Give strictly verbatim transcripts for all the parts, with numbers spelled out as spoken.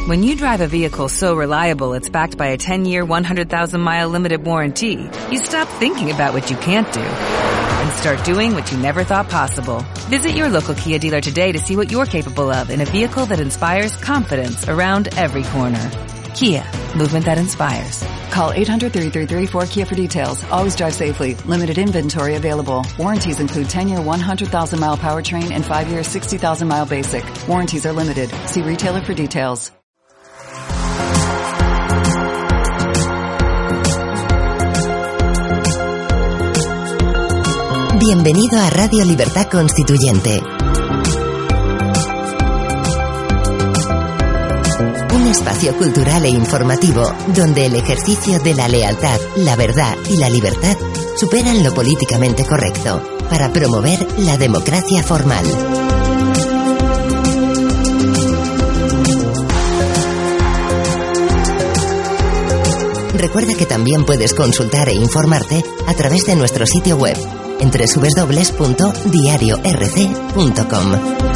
When you drive a vehicle so reliable it's backed by a ten-year, one hundred thousand mile limited warranty, you stop thinking about what you can't do and start doing what you never thought possible. Visit your local Kia dealer today to see what you're capable of in a vehicle that inspires confidence around every corner. Kia, movement that inspires. Call eight hundred, three three three, four K I A for details. Always drive safely. Limited inventory available. Warranties include ten-year, one hundred thousand mile powertrain and five-year, sixty thousand mile basic. Warranties are limited. See retailer for details. Bienvenido a Radio Libertad Constituyente. Un espacio cultural e informativo donde el ejercicio de la lealtad, la verdad y la libertad superan lo políticamente correcto para promover la democracia formal. Recuerda que también puedes consultar e informarte a través de nuestro sitio web en doble u doble u doble u punto diario r c punto com.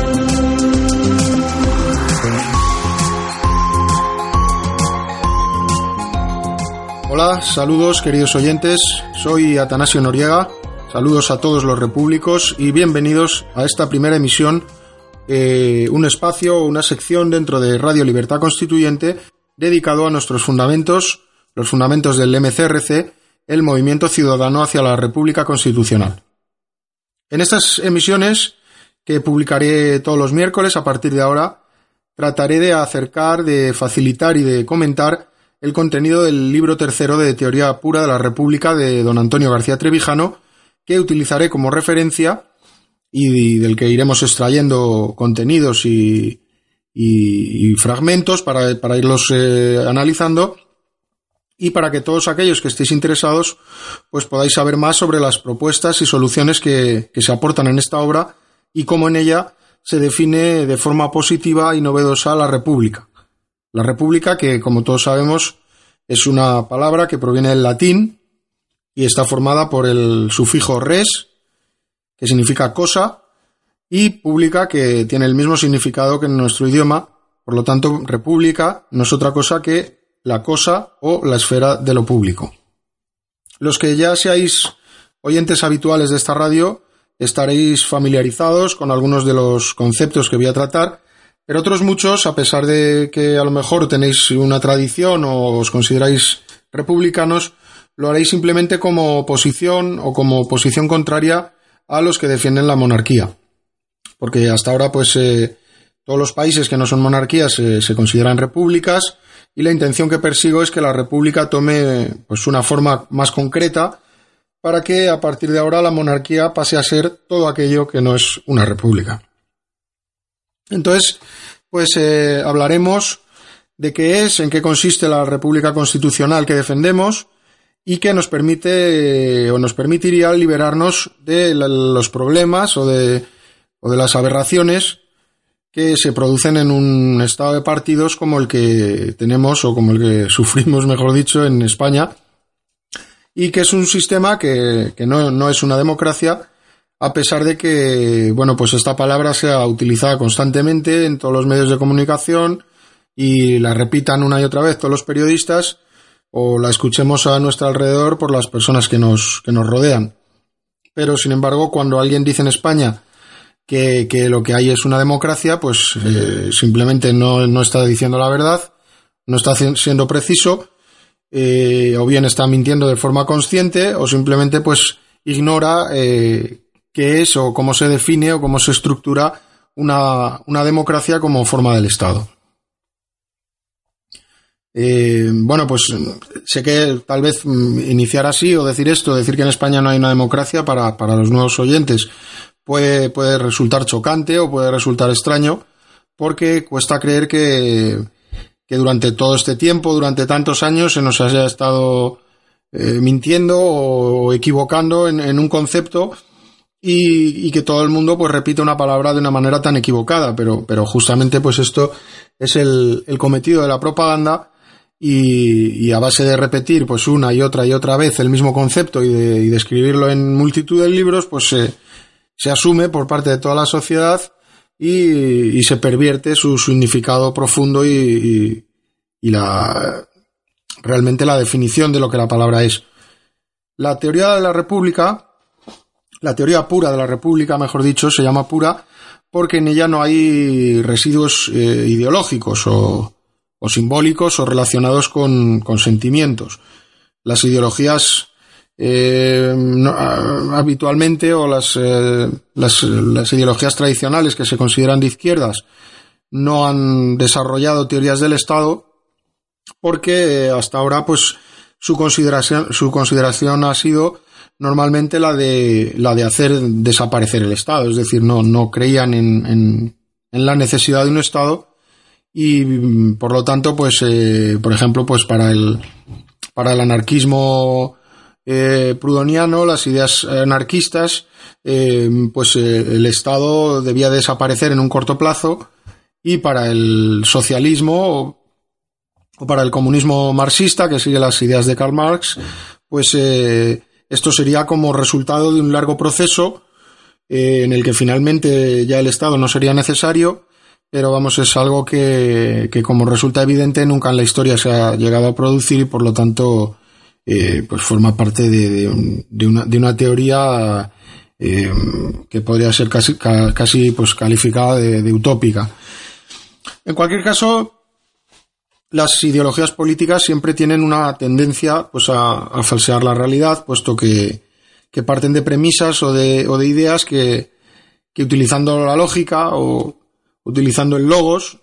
Hola, saludos queridos oyentes, soy Atanasio Noriega, saludos a todos los repúblicos y bienvenidos a esta primera emisión, eh, un espacio, una sección dentro de Radio Libertad Constituyente dedicado a nuestros fundamentos, los fundamentos del eme ce erre ce, el Movimiento Ciudadano hacia la República Constitucional. En estas emisiones, que publicaré todos los miércoles a partir de ahora, trataré de acercar, de facilitar y de comentar el contenido del libro tercero de Teoría Pura de la República de don Antonio García Trevijano, que utilizaré como referencia y del que iremos extrayendo contenidos y, y, y fragmentos para, para irlos eh, analizando, y para que todos aquellos que estéis interesados pues podáis saber más sobre las propuestas y soluciones que, que se aportan en esta obra y cómo en ella se define de forma positiva y novedosa la República. La República, que como todos sabemos es una palabra que proviene del latín y está formada por el sufijo res, que significa cosa, y pública, que tiene el mismo significado que en nuestro idioma. Por lo tanto, república no es otra cosa que la cosa o la esfera de lo público. Los que ya seáis oyentes habituales de esta radio estaréis familiarizados con algunos de los conceptos que voy a tratar, pero otros muchos, a pesar de que a lo mejor tenéis una tradición o os consideráis republicanos, lo haréis simplemente como oposición o como posición contraria a los que defienden la monarquía. Porque hasta ahora, pues, eh, todos los países que no son monarquías eh, se consideran repúblicas, y la intención que persigo es que la república tome pues una forma más concreta para que a partir de ahora la monarquía pase a ser todo aquello que no es una república. Entonces, pues eh, hablaremos de qué es, en qué consiste la república constitucional que defendemos y que nos permite eh, o nos permitiría liberarnos de la, los problemas o de, o de las aberraciones que se producen en un estado de partidos como el que tenemos o como el que sufrimos, mejor dicho, en España, y que es un sistema que, que no, no es una democracia, a pesar de que, bueno, pues esta palabra sea utilizada constantemente en todos los medios de comunicación y la repitan una y otra vez todos los periodistas o la escuchemos a nuestro alrededor por las personas que nos, que nos rodean. Pero, sin embargo, cuando alguien dice en España Que, que lo que hay es una democracia, pues eh, simplemente no, no está diciendo la verdad, no está siendo preciso, eh, o bien está mintiendo de forma consciente, o simplemente pues ignora eh, qué es o cómo se define o cómo se estructura una, una democracia como forma del Estado. Eh, bueno, pues sé que tal vez iniciar así o decir esto, decir que en España no hay una democracia para, para los nuevos oyentes, Puede, puede resultar chocante o puede resultar extraño, porque cuesta creer que, que durante todo este tiempo, durante tantos años, se nos haya estado eh, mintiendo o equivocando en, en un concepto y, y que todo el mundo pues repita una palabra de una manera tan equivocada, pero, pero justamente pues esto es el, el cometido de la propaganda y, y a base de repetir pues una y otra y otra vez el mismo concepto y de, y de escribirlo en multitud de libros, pues se, se asume por parte de toda la sociedad y, y se pervierte su, su significado profundo y, y, y la realmente la definición de lo que la palabra es. La teoría de la República, la teoría pura de la República, mejor dicho, se llama pura porque en ella no hay residuos eh, ideológicos o, o simbólicos o relacionados con, con sentimientos. Las ideologías eh, no, habitualmente o las, eh, las, las ideologías tradicionales que se consideran de izquierdas no han desarrollado teorías del Estado porque eh, hasta ahora pues su consideración, su consideración ha sido normalmente la de la de hacer desaparecer el Estado, es decir, no, no creían en, en, en la necesidad de un Estado y por lo tanto, pues, eh, por ejemplo, pues para el para el anarquismo eh, proudhoniano, las ideas anarquistas, eh, pues eh, el Estado debía desaparecer en un corto plazo y para el socialismo o, o para el comunismo marxista, que sigue las ideas de Karl Marx, pues eh, esto sería como resultado de un largo proceso eh, en el que finalmente ya el Estado no sería necesario, pero vamos, es algo que, que como resulta evidente nunca en la historia se ha llegado a producir y por lo tanto eh, pues forma parte de, de, un, de, una, de una teoría eh, que podría ser casi, casi pues calificada de, de utópica. En cualquier caso, las ideologías políticas siempre tienen una tendencia pues a, a falsear la realidad, puesto que, que parten de premisas o de, o de ideas que, que utilizando la lógica o utilizando el logos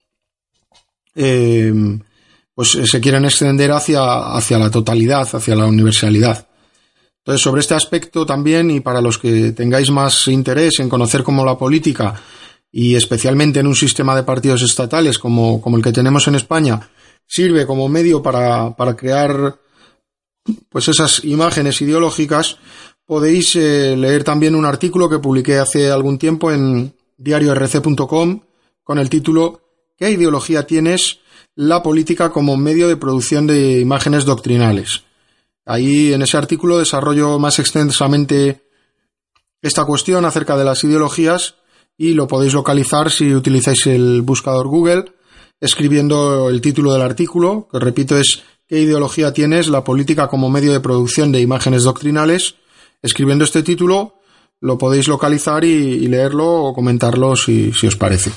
eh, pues se quieren extender hacia, hacia la totalidad, hacia la universalidad. Entonces, sobre este aspecto también, y para los que tengáis más interés en conocer cómo la política, y especialmente en un sistema de partidos estatales como, como el que tenemos en España, sirve como medio para, para crear pues esas imágenes ideológicas, podéis eh, leer también un artículo que publiqué hace algún tiempo en diario erre ce punto com con el título ¿Qué ideología tienes? La política como medio de producción de imágenes doctrinales. Ahí en ese artículo desarrollo más extensamente esta cuestión acerca de las ideologías y lo podéis localizar si utilizáis el buscador Google escribiendo el título del artículo, que repito es ¿Qué ideología tienes? La política como medio de producción de imágenes doctrinales. Escribiendo este título lo podéis localizar y, y leerlo o comentarlo si, si os parece.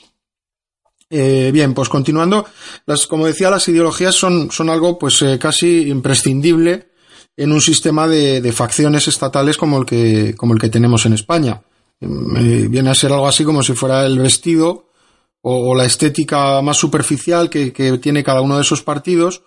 Eh, bien, pues continuando, las, como decía, las ideologías son, son algo pues eh, casi imprescindible en un sistema de, de facciones estatales como el que, como el que tenemos en España. Eh, viene a ser algo así como si fuera el vestido o, o la estética más superficial que, que tiene cada uno de esos partidos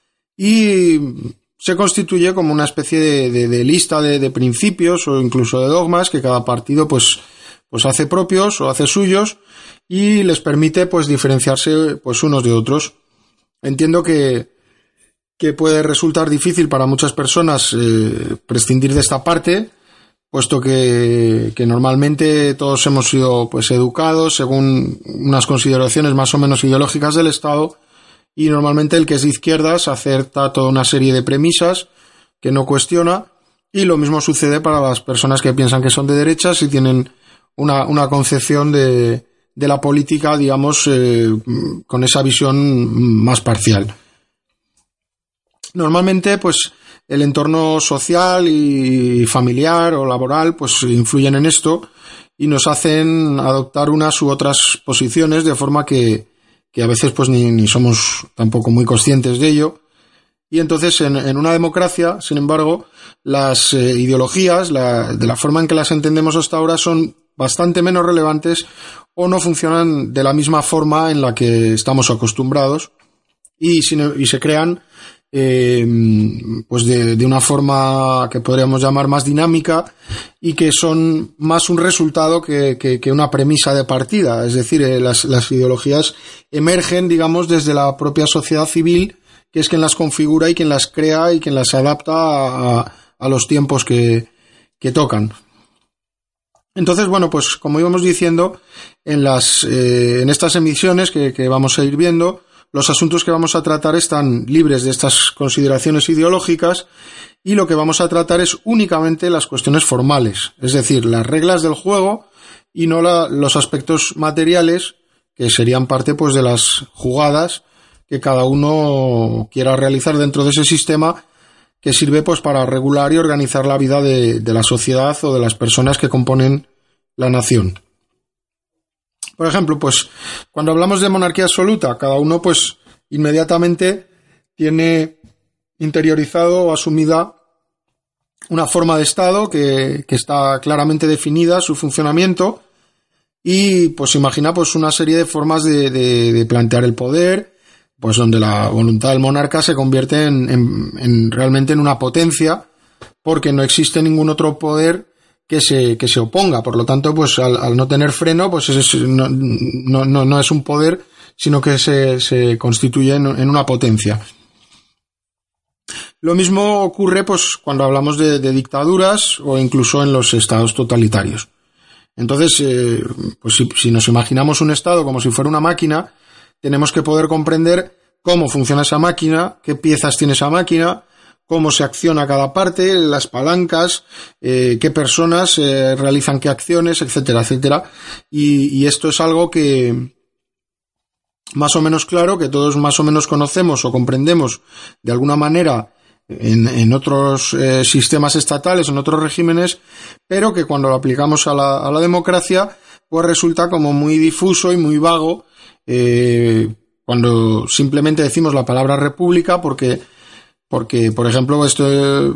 y se constituye como una especie de, de, de lista de, de principios o incluso de dogmas que cada partido pues, pues hace propios o hace suyos y les permite pues diferenciarse pues unos de otros. Entiendo que, que puede resultar difícil para muchas personas eh, prescindir de esta parte, puesto que, que normalmente todos hemos sido pues educados según unas consideraciones más o menos ideológicas del Estado. Y normalmente el que es de izquierdas acepta toda una serie de premisas que no cuestiona y lo mismo sucede para las personas que piensan que son de derechas y tienen una, una concepción de, de la política, digamos, eh, con esa visión más parcial. Normalmente, pues, el entorno social y familiar o laboral, pues, influyen en esto y nos hacen adoptar unas u otras posiciones de forma que que a veces pues ni, ni somos tampoco muy conscientes de ello. Y entonces en, en una democracia, sin embargo, las eh, ideologías, la, de la forma en que las entendemos hasta ahora, son bastante menos relevantes o no funcionan de la misma forma en la que estamos acostumbrados y, sin, y se crean eh, pues de, de una forma que podríamos llamar más dinámica y que son más un resultado que, que, que una premisa de partida. Es decir, eh, las, las ideologías emergen, digamos, desde la propia sociedad civil, que es quien las configura y quien las crea y quien las adapta a, a los tiempos que, que tocan. Entonces, bueno, pues como íbamos diciendo, en las eh, en estas emisiones que, que vamos a ir viendo, los asuntos que vamos a tratar están libres de estas consideraciones ideológicas y lo que vamos a tratar es únicamente las cuestiones formales, es decir, las reglas del juego y no la, los aspectos materiales, que serían parte pues de las jugadas que cada uno quiera realizar dentro de ese sistema, que sirve pues para regular y organizar la vida de, de la sociedad o de las personas que componen la nación. Por ejemplo, pues cuando hablamos de monarquía absoluta, cada uno pues inmediatamente tiene interiorizado o asumida una forma de Estado que, que está claramente definida, su funcionamiento, y pues imagina pues una serie de formas de, de, de plantear el poder, pues donde la voluntad del monarca se convierte en, en, en realmente en una potencia, porque no existe ningún otro poder que se, que se oponga. Por lo tanto, pues al, al no tener freno, pues es, no, no, no, no es un poder, sino que se, se constituye en, en una potencia. Lo mismo ocurre pues cuando hablamos de, de dictaduras o incluso en los estados totalitarios. Entonces, eh, pues si, si nos imaginamos un estado como si fuera una máquina, tenemos que poder comprender cómo funciona esa máquina, qué piezas tiene esa máquina, cómo se acciona cada parte, las palancas, eh, qué personas eh, realizan qué acciones, etcétera, etcétera. Y, y esto es algo que más o menos claro, que todos más o menos conocemos o comprendemos de alguna manera en, en otros eh, sistemas estatales, en otros regímenes, pero que cuando lo aplicamos a la, a la democracia, pues resulta como muy difuso y muy vago, eh, cuando simplemente decimos la palabra república, porque, porque por ejemplo, esto eh,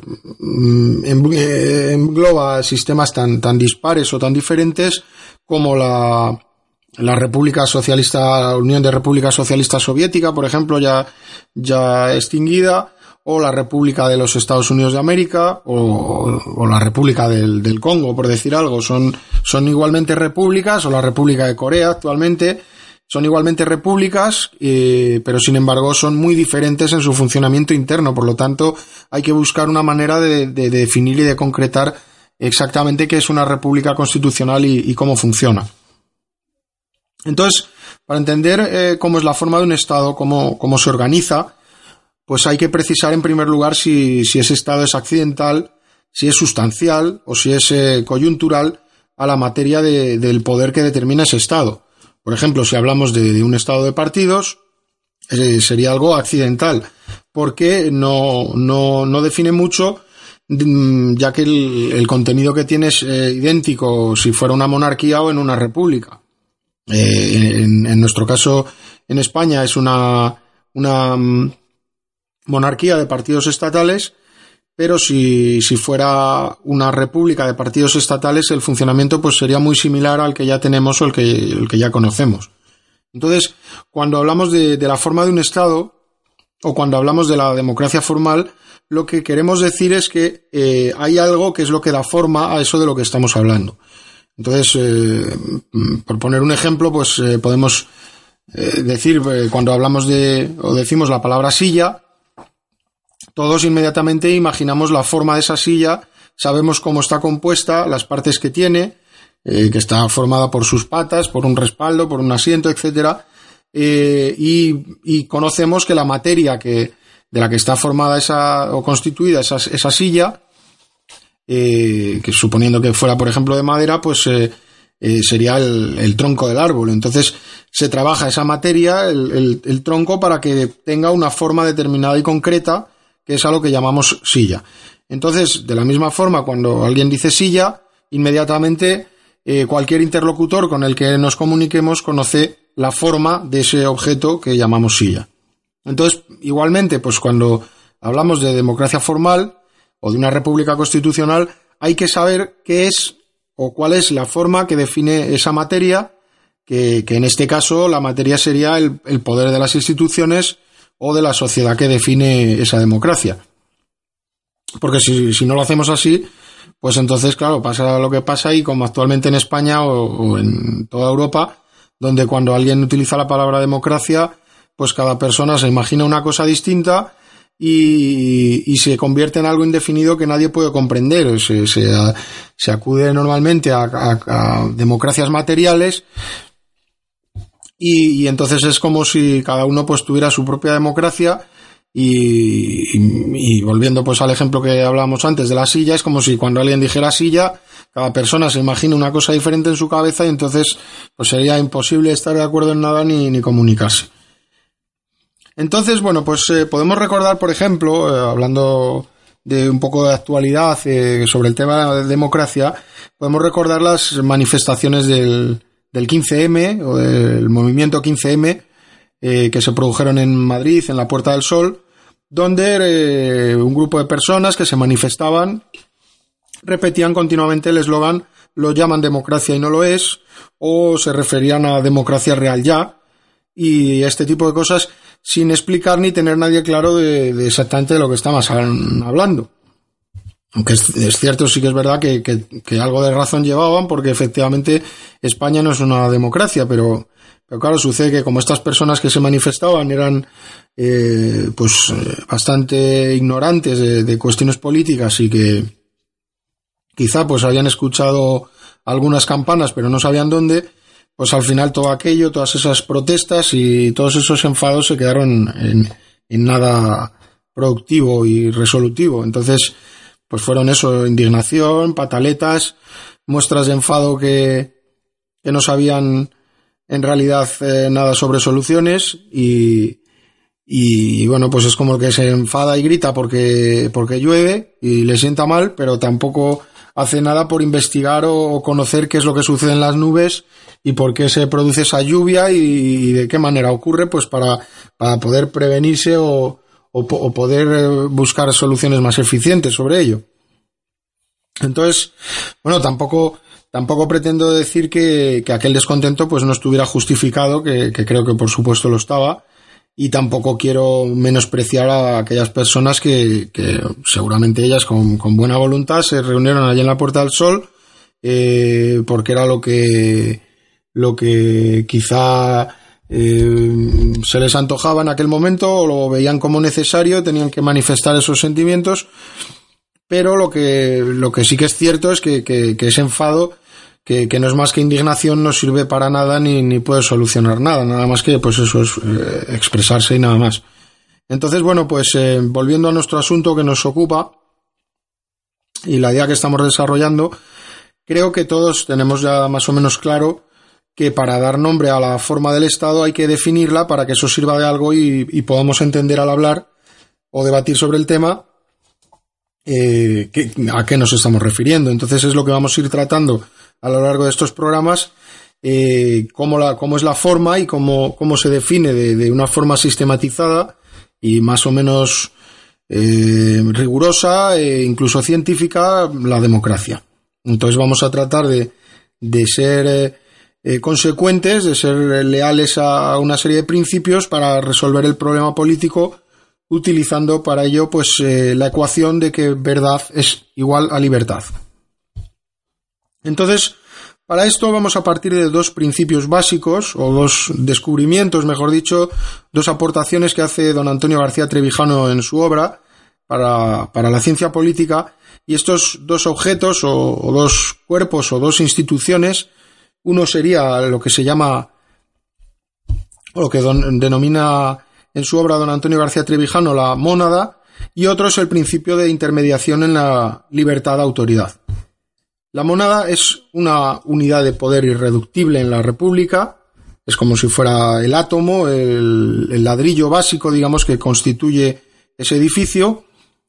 engloba sistemas tan, tan dispares o tan diferentes como la, la República Socialista, la Unión de Repúblicas Socialistas Soviética, por ejemplo, ya, ya extinguida, o la República de los Estados Unidos de América, o, o la República del, del Congo, por decir algo. Son, son igualmente repúblicas, o la República de Corea actualmente, son igualmente repúblicas, eh, pero sin embargo son muy diferentes en su funcionamiento interno. Por lo tanto, hay que buscar una manera de, de, de definir y de concretar exactamente qué es una república constitucional y, y cómo funciona. Entonces, para entender eh, cómo es la forma de un Estado, cómo, cómo se organiza, pues hay que precisar en primer lugar si, si ese Estado es accidental, si es sustancial o si es eh, coyuntural a la materia de, del poder que determina ese Estado. Por ejemplo, si hablamos de, de un Estado de partidos, eh, sería algo accidental, porque no, no, no define mucho, ya que el, el contenido que tiene es eh, idéntico si fuera una monarquía o en una república. Eh, en, en nuestro caso, en España, es una, una monarquía de partidos estatales, pero si, si fuera una república de partidos estatales, el funcionamiento pues sería muy similar al que ya tenemos o el que, el que ya conocemos. Entonces, cuando hablamos de, de la forma de un Estado, o cuando hablamos de la democracia formal, lo que queremos decir es que eh, hay algo que es lo que da forma a eso de lo que estamos hablando. Entonces, eh, por poner un ejemplo, pues eh, podemos eh, decir, eh, cuando hablamos de, o decimos la palabra silla, todos inmediatamente imaginamos la forma de esa silla, sabemos cómo está compuesta, las partes que tiene, eh, que está formada por sus patas, por un respaldo, por un asiento, etcétera, eh, y, y conocemos que la materia que, de la que está formada esa, o constituida esa, esa silla, eh, que suponiendo que fuera, por ejemplo, de madera, pues eh, eh, sería el, el tronco del árbol. Entonces se trabaja esa materia, el, el, el tronco, para que tenga una forma determinada y concreta, que es a lo que llamamos silla. Entonces, de la misma forma, cuando alguien dice silla, inmediatamente eh, cualquier interlocutor con el que nos comuniquemos conoce la forma de ese objeto que llamamos silla. Entonces, igualmente, pues cuando hablamos de democracia formal o de una república constitucional, hay que saber qué es o cuál es la forma que define esa materia, que, que en este caso la materia sería el, el poder de las instituciones o de la sociedad que define esa democracia. Porque si, si no lo hacemos así, pues entonces, claro, pasa lo que pasa, y como actualmente en España o, o en toda Europa, donde cuando alguien utiliza la palabra democracia, pues cada persona se imagina una cosa distinta y, y se convierte en algo indefinido que nadie puede comprender. Se, se, se acude normalmente a, a, a democracias materiales, Y, y entonces es como si cada uno pues tuviera su propia democracia, Y, y, y volviendo pues al ejemplo que hablábamos antes de la silla, es como si cuando alguien dijera silla, cada persona se imagina una cosa diferente en su cabeza y entonces pues sería imposible estar de acuerdo en nada ni, ni comunicarse. Entonces, bueno, pues eh, podemos recordar, por ejemplo, eh, hablando de un poco de actualidad eh, sobre el tema de la democracia, podemos recordar las manifestaciones del, del quince eme o del movimiento quince eme eh, que se produjeron en Madrid, en la Puerta del Sol, donde eh, un grupo de personas que se manifestaban repetían continuamente el eslogan "lo llaman democracia y no lo es", o se referían a democracia real ya, y este tipo de cosas sin explicar ni tener nadie claro de, de exactamente de lo que estamos hablando. Aunque es, es cierto, sí que es verdad que, que, que algo de razón llevaban, porque efectivamente España no es una democracia, pero, pero claro, sucede que como estas personas que se manifestaban eran eh, pues bastante ignorantes de, de cuestiones políticas y que quizá pues habían escuchado algunas campanas pero no sabían dónde, pues al final todo aquello, todas esas protestas y todos esos enfados se quedaron en, en nada productivo y resolutivo. Entonces, pues fueron eso, indignación, pataletas, muestras de enfado que, que no sabían en realidad eh, nada sobre soluciones y, y bueno, pues es como el que se enfada y grita porque, porque llueve y le sienta mal, pero tampoco hace nada por investigar o conocer qué es lo que sucede en las nubes y por qué se produce esa lluvia y de qué manera ocurre, pues para, para poder prevenirse o, o, o poder buscar soluciones más eficientes sobre ello. Entonces, bueno, tampoco, tampoco pretendo decir que, que aquel descontento pues no estuviera justificado, que, que creo que por supuesto lo estaba, y tampoco quiero menospreciar a aquellas personas que, que seguramente ellas con, con buena voluntad se reunieron allí en la Puerta del Sol eh, porque era lo que lo que quizá eh, se les antojaba en aquel momento o lo veían como necesario, tenían que manifestar esos sentimientos, pero lo que lo que sí que es cierto es que, que, que ese enfado Que, que no es más que indignación, no sirve para nada ni, ni puede solucionar nada, nada más que pues eso es eh, expresarse y nada más. Entonces, bueno, pues eh, volviendo a nuestro asunto que nos ocupa y la idea que estamos desarrollando, creo que todos tenemos ya más o menos claro que para dar nombre a la forma del Estado hay que definirla para que eso sirva de algo y, y podamos entender al hablar o debatir sobre el tema eh, que, a qué nos estamos refiriendo. Entonces es lo que vamos a ir tratando a lo largo de estos programas, eh, cómo, la, cómo es la forma y cómo, cómo se define de, de una forma sistematizada y más o menos eh, rigurosa e incluso científica la democracia. Entonces vamos a tratar de, de ser eh, eh, consecuentes, de ser leales a una serie de principios para resolver el problema político, utilizando para ello pues eh, la ecuación de que verdad es igual a libertad. Entonces, para esto vamos a partir de dos principios básicos, o dos descubrimientos, mejor dicho, dos aportaciones que hace don Antonio García Trevijano en su obra para, para la ciencia política, y estos dos objetos, o, o dos cuerpos, o dos instituciones, uno sería lo que se llama, o lo que don, denomina en su obra don Antonio García Trevijano la mónada, y otro es el principio de intermediación en la libertad de autoridad. La mónada es una unidad de poder irreductible en la República, es como si fuera el átomo, el, el ladrillo básico, digamos, que constituye ese edificio,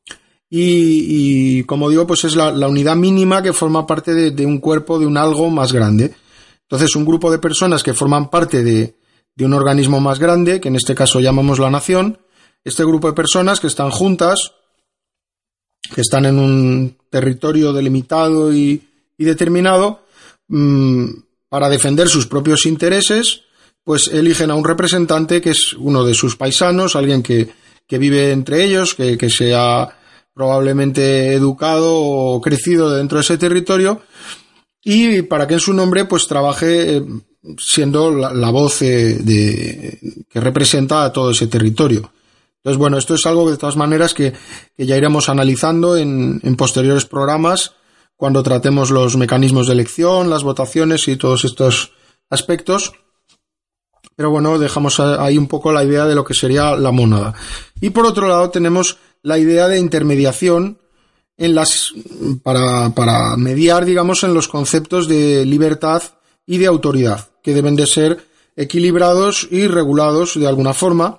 y, y como digo, pues es la, la unidad mínima que forma parte de, de un cuerpo, de un algo más grande. Entonces, un grupo de personas que forman parte de, de un organismo más grande, que en este caso llamamos la nación, este grupo de personas que están juntas, que están en un territorio delimitado y y determinado, mmm, para defender sus propios intereses, pues eligen a un representante que es uno de sus paisanos, alguien que, que vive entre ellos, que, que sea probablemente educado o crecido dentro de ese territorio, y para que en su nombre pues trabaje eh, siendo la, la voz eh, de, que representa a todo ese territorio. Entonces, bueno, esto es algo de todas maneras que, que ya iremos analizando en, en posteriores programas, cuando tratemos los mecanismos de elección, las votaciones y todos estos aspectos. Pero bueno, dejamos ahí un poco la idea de lo que sería la mónada. Y por otro lado tenemos la idea de intermediación en las, para, para mediar, digamos, en los conceptos de libertad y de autoridad, que deben de ser equilibrados y regulados de alguna forma.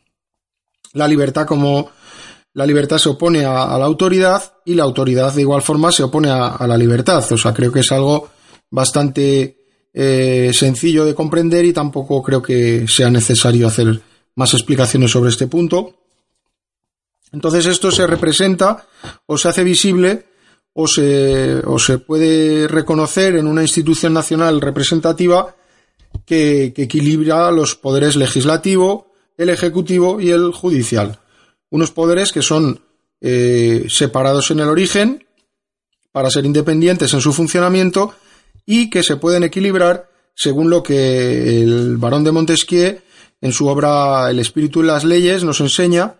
La libertad como la libertad se opone a, a la autoridad, y la autoridad de igual forma se opone a, a la libertad. O sea, creo que es algo bastante eh, sencillo de comprender, y tampoco creo que sea necesario hacer más explicaciones sobre este punto. Entonces esto se representa o se hace visible o se, o se puede reconocer en una institución nacional representativa que, que equilibra los poderes legislativo, el ejecutivo y el judicial. Unos poderes que son eh, separados en el origen para ser independientes en su funcionamiento, y que se pueden equilibrar según lo que el barón de Montesquieu en su obra El espíritu y las leyes nos enseña,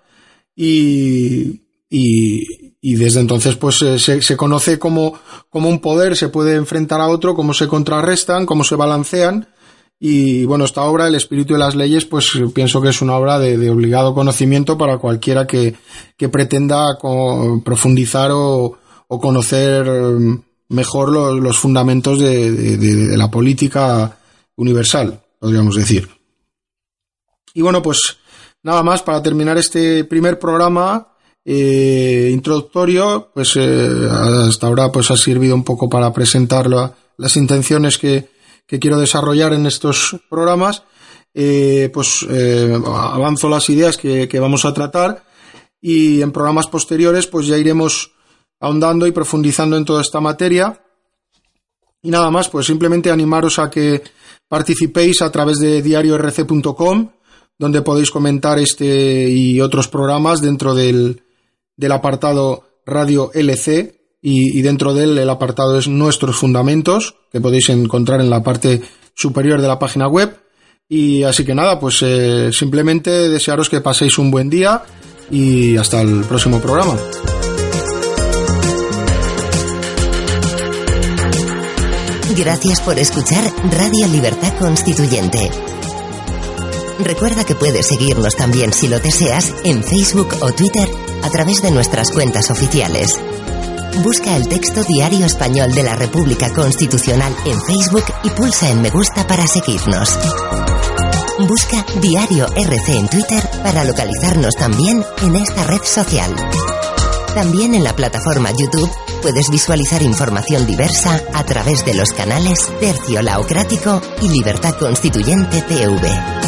y, y, y desde entonces pues se, se conoce como, como un poder se puede enfrentar a otro, cómo se contrarrestan, cómo se balancean. Y bueno, esta obra, El espíritu y las leyes, pues pienso que es una obra de, de obligado conocimiento para cualquiera que, que pretenda co- profundizar o, o conocer mejor los, los fundamentos de, de, de la política universal, podríamos decir. Y bueno, pues nada más para terminar este primer programa eh, introductorio. Pues eh, hasta ahora pues ha servido un poco para presentar la, las intenciones que que quiero desarrollar en estos programas. Eh, pues eh, avanzo las ideas que, que vamos a tratar, y en programas posteriores pues ya iremos ahondando y profundizando en toda esta materia. Y nada más, pues simplemente animaros a que participéis a través de diario erre ce punto com, donde podéis comentar este y otros programas dentro del, del apartado Radio L C. Y, y dentro de él el apartado es Nuestros Fundamentos, que podéis encontrar en la parte superior de la página web. Y así que nada, pues eh, simplemente desearos que paséis un buen día, y hasta el próximo programa. Gracias por escuchar Radio Libertad Constituyente. Recuerda que puedes seguirnos también, si lo deseas, en Facebook o Twitter a través de nuestras cuentas oficiales. Busca el texto Diario Español de la República Constitucional en Facebook y pulsa en me gusta para seguirnos. Busca Diario erre ce en Twitter para localizarnos también en esta red social. También en la plataforma YouTube puedes visualizar información diversa a través de los canales Tercio Laocrático y Libertad Constituyente T V.